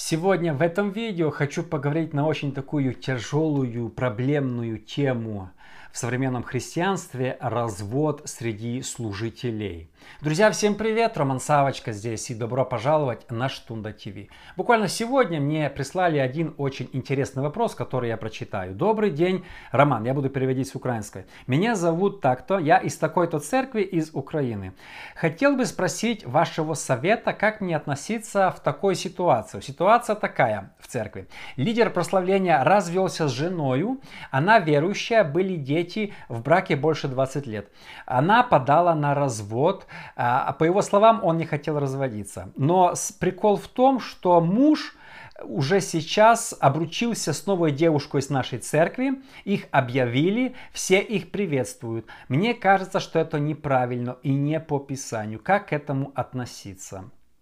Сегодня в этом видео хочу поговорить на очень такую тяжелую, проблемную тему в современном христианстве – развод среди служителей. Друзья, всем привет! Роман Савочка здесь и добро пожаловать на Штунда ТВ. Буквально сегодня мне прислали один очень интересный вопрос, который я прочитаю. Добрый день, Роман, я буду переводить с украинской. Меня зовут так-то, я из такой-то церкви из Украины. Хотел бы спросить вашего совета, как мне относиться в такой ситуации. Ситуация такая в церкви. Лидер прославления развелся с женою, она верующая, были дети в браке больше 20 лет. Она подала на развод. По его словам, он не хотел разводиться. Но прикол в том, что муж уже сейчас обручился с новой девушкой из нашей церкви. Их объявили, все их приветствуют. Мне кажется, что это неправильно и не по Писанию. Как к этому относиться?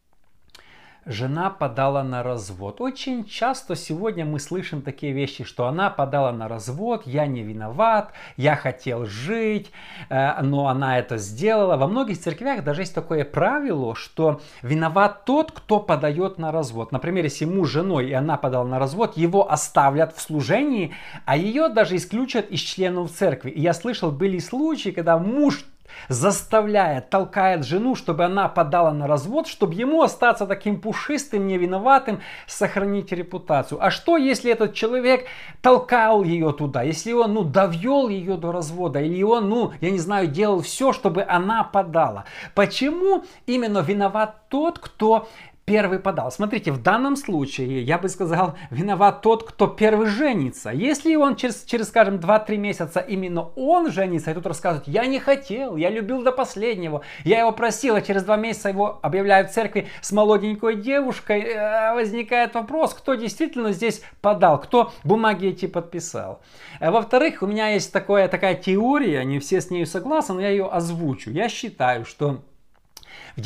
Жена подала на развод. Очень часто сегодня мы слышим такие вещи, что она подала на развод, я не виноват, я хотел жить, но она это сделала. Во многих церквях даже есть такое правило, что виноват тот, кто подает на развод. Например, если муж с женой и она подала на развод, его оставлят в служении, а ее даже исключат из членов церкви. И я слышал, были случаи, когда муж заставляет, толкает жену, чтобы она подала на развод, чтобы ему остаться таким пушистым, невиноватым, сохранить репутацию. А что, если этот человек толкал ее туда, если он, довел ее до развода, или он, я не знаю, делал все, чтобы она подала? Почему именно виноват тот, кто первый подал? Смотрите, в данном случае, я бы сказал, виноват тот, кто первый женится. Если он через скажем, 2-3 месяца именно он женится, и тут рассказывает, я не хотел, я любил до последнего, я его просил, а через 2 месяца его объявляют в церкви с молоденькой девушкой, возникает вопрос, кто действительно здесь подал, кто бумаги эти подписал. Во-вторых, у меня есть такая теория, не все с нею согласны, но я ее озвучу. Я считаю, что в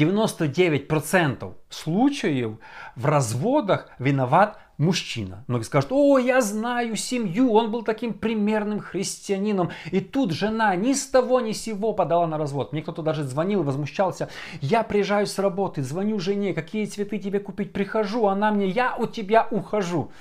99% случаев в разводах виноват мужчина. Многие скажут, я знаю семью, он был таким примерным христианином. И тут жена ни с того ни с сего подала на развод. Мне кто-то даже звонил, возмущался. Я приезжаю с работы, звоню жене, какие цветы тебе купить, прихожу, она мне, я от тебя ухожу.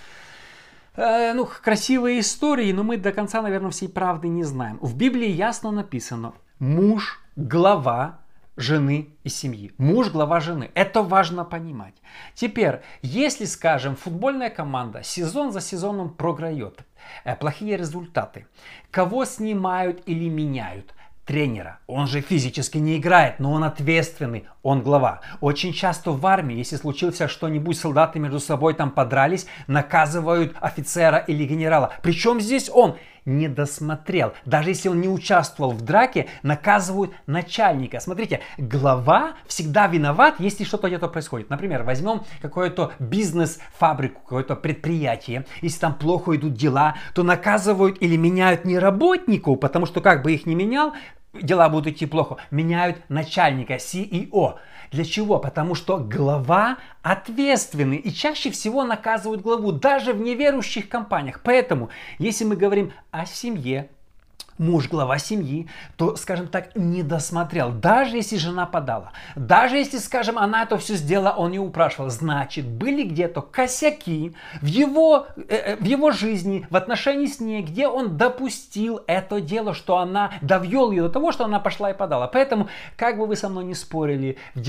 Красивые истории, но мы до конца, наверное, всей правды не знаем. В Библии ясно написано, муж – глава жены и семьи. Муж – глава жены. Это важно понимать. Теперь, если, скажем, футбольная команда сезон за сезоном програет, плохие результаты, кого снимают или меняют? Тренера. Он же физически не играет, но он ответственный, он глава. Очень часто в армии, если случилось что-нибудь, солдаты между собой там подрались, наказывают офицера или генерала. Причем здесь он не досмотрел. Даже если он не участвовал в драке, наказывают начальника. Смотрите, глава всегда виноват, если что-то где-то происходит. Например, возьмем какой-то бизнес, фабрику, какое-то предприятие. Если там плохо идут дела, то наказывают или меняют не работников, потому что как бы их ни менял, дела будут идти плохо. Меняют начальника, CEO. Для чего? Потому что глава ответственный. И чаще всего наказывают главу даже в неверующих компаниях. Поэтому, если мы говорим о семье, муж, глава семьи, то, скажем так, не досмотрел. Даже если жена подала, даже если, скажем, она это все сделала, он не упрашивал, значит, были где-то косяки в его жизни, в отношении с ней, где он допустил это дело, что она довел ее до того, что она пошла и подала. Поэтому, как бы вы со мной не спорили, в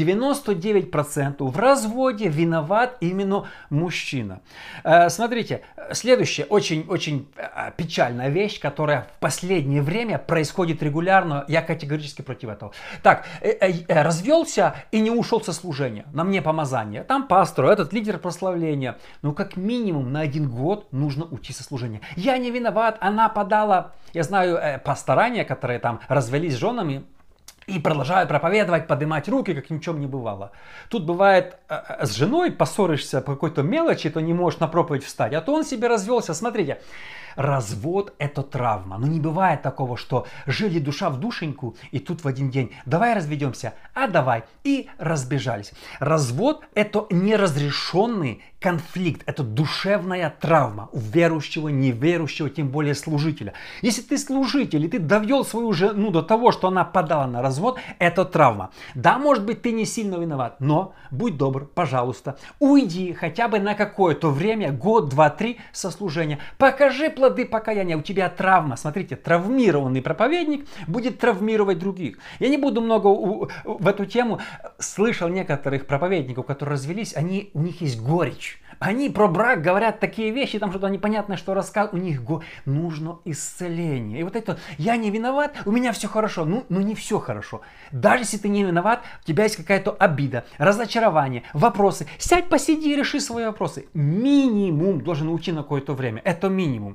99% в разводе виноват именно мужчина. Смотрите, следующая очень печальная вещь, которая в последнее время происходит регулярно, я категорически против этого. Так, развелся и не ушел со служения, на мне помазание, там пастор, этот лидер прославления, как минимум на 1 год нужно уйти со служения. Я не виноват, она подала, я знаю пастора, которые там развелись с женами, и продолжают проповедовать, поднимать руки, как ни в чем не бывало. Тут бывает, с женой поссоришься по какой-то мелочи, то не можешь на проповедь встать, а то он себе развелся. Смотрите, Развод – это травма. Но не бывает такого, что жили душа в душеньку, и тут в один день давай разведемся, а давай, и разбежались. Развод – это неразрешенный конфликт, это душевная травма у верующего, неверующего, тем более служителя. Если ты служитель, и ты довел свою жену до того, что она подала на развод, это травма. Да, может быть, ты не сильно виноват, но будь добр, пожалуйста, уйди хотя бы на какое-то время, год, два, три со служения. Покажи плоды покаяния, у тебя травма. Смотрите, травмированный проповедник будет травмировать других. Я не буду много в эту тему. Слышал некоторых проповедников, которые развелись, у них есть горечь. Они про брак говорят такие вещи, там что-то непонятное, что рассказывают. У них нужно исцеление. И вот это, я не виноват, у меня все хорошо. Ну, не все хорошо. Даже если ты не виноват, у тебя есть какая-то обида, разочарование, вопросы. Сядь, посиди и реши свои вопросы. Минимум должен уйти на какое-то время. Это минимум.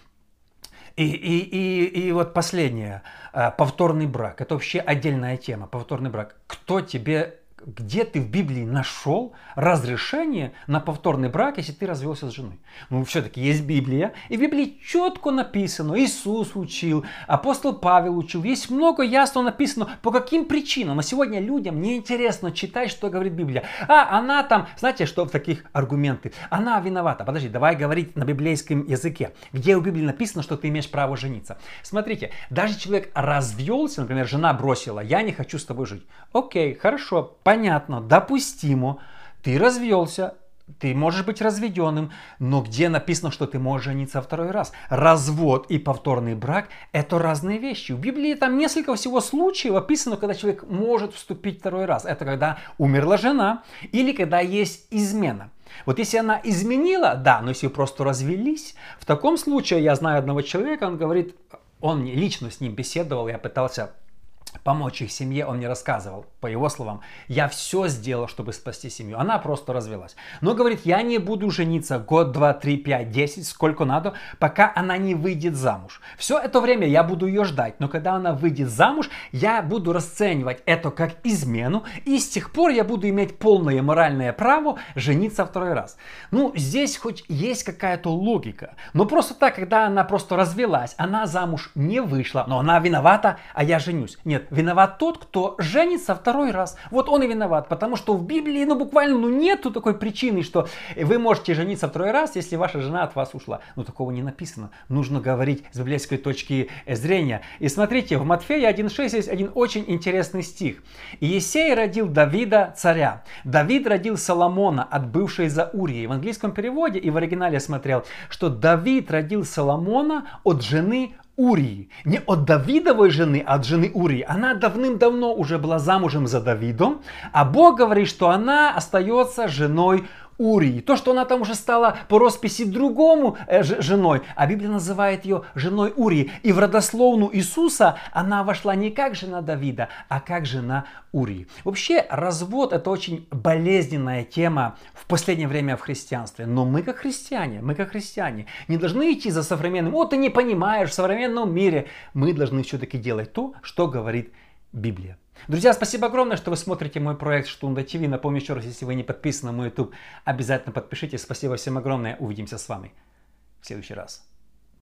И вот последнее. Повторный брак. Это вообще отдельная тема. Повторный брак. Где ты в Библии нашел разрешение на повторный брак, если ты развелся с женой? Ну, все-таки есть Библия, и в Библии четко написано, Иисус учил, апостол Павел учил, есть много ясно написано, по каким причинам. А сегодня людям неинтересно читать, что говорит Библия. Она там, знаете, что в таких аргументы? Она виновата. Подожди, давай говорить на библейском языке, где у Библии написано, что ты имеешь право жениться. Смотрите, даже человек развелся, например, жена бросила, я не хочу с тобой жить. Окей, хорошо, понятно, допустимо, ты развелся, ты можешь быть разведенным, но где написано, что ты можешь жениться второй раз? Развод и повторный брак – это разные вещи. В Библии там несколько всего случаев описано, когда человек может вступить второй раз. Это когда умерла жена или когда есть измена. Вот если она изменила, да, но если просто развелись, в таком случае я знаю одного человека, он говорит, он лично с ним беседовал, я пытался помочь их семье, он мне рассказывал, по его словам, я все сделал, чтобы спасти семью. Она просто развелась. Но говорит, я не буду жениться год, 2, 3, 5, 10, сколько надо, пока она не выйдет замуж. Все это время я буду ее ждать, но когда она выйдет замуж, я буду расценивать это как измену, и с тех пор я буду иметь полное моральное право жениться второй раз. Ну, здесь хоть есть какая-то логика, но просто так, когда она просто развелась, она замуж не вышла, но она виновата, а я женюсь. Нет, виноват тот, кто женится второй раз. Вот он и виноват, потому что в Библии, буквально, нету такой причины, что вы можете жениться второй раз, если ваша жена от вас ушла. Такого не написано. Нужно говорить с библейской точки зрения. И смотрите, в Матфея 1.6 есть один очень интересный стих. «Иесей родил Давида царя. Давид родил Соломона от бывшей за Урии». В английском переводе и в оригинале я смотрел, что Давид родил Соломона от жены Урии. Не от Давидовой жены, а от жены Урии. Она давным-давно уже была замужем за Давидом, а Бог говорит, что она остается женой Урии. То, что она там уже стала по росписи другому женой, а Библия называет ее женой Урии. И в родословную Иисуса она вошла не как жена Давида, а как жена Урии. Вообще, развод – это очень болезненная тема в последнее время в христианстве. Но мы как христиане, не должны идти за современным. Ты не понимаешь, в современном мире. Мы должны все-таки делать то, что говорит Библия. Друзья, спасибо огромное, что вы смотрите мой проект Штунда ТВ. Напомню еще раз, если вы не подписаны на мой YouTube, обязательно подпишитесь. Спасибо всем огромное. Увидимся с вами в следующий раз.